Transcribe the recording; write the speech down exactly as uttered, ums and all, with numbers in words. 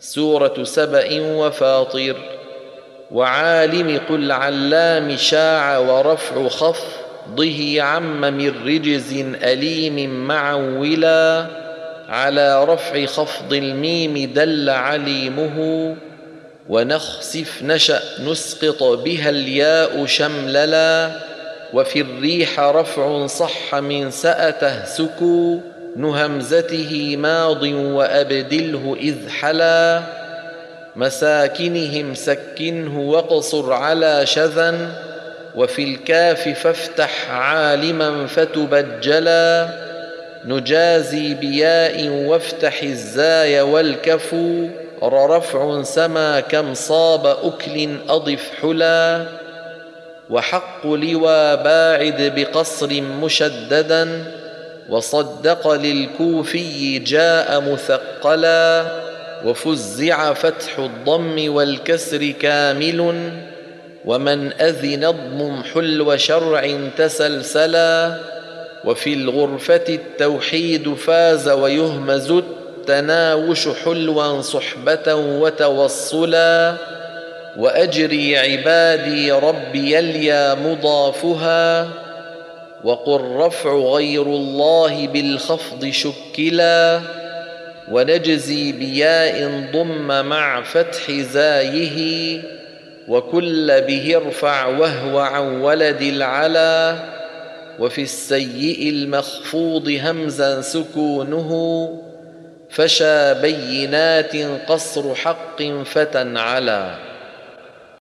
سورة سبأ وفاطر. وعالم قل علام شاع ورفع خفضه عم من رجز أليم معولا على رفع خفض الميم دل عليمه ونخسف نشأ نسقط بها الياء شمللا وفي الريح رفع صح من سأته سكو نهمزته ماض وأبدله إذ حلا مساكنهم سكنه واقصر على شذا وفي الكاف فافتح عالما فتبجلا نجازي بياء وافتح الزاي والكفو رفع سما كم صاب أكل أضف حلا وحق لوى باعد بقصر مشددا وصدق للكوفي جاء مثقلا وفزع فتح الضم والكسر كامل ومن أذن اضمم حلو شرع تسلسلا وفي الغرفة التوحيد فاز ويهمز التناوش حلوا صحبة وتوصلا وأجري عبادي ربي اليا مضافها وقل رفع غير الله بالخفض شكلا ونجزي بياء ضم مع فتح زايه وكل به ارفع وهو عن ولد العلا وفي السيء المخفوض همزا سكونه فشى بينات قصر حق فتى علا.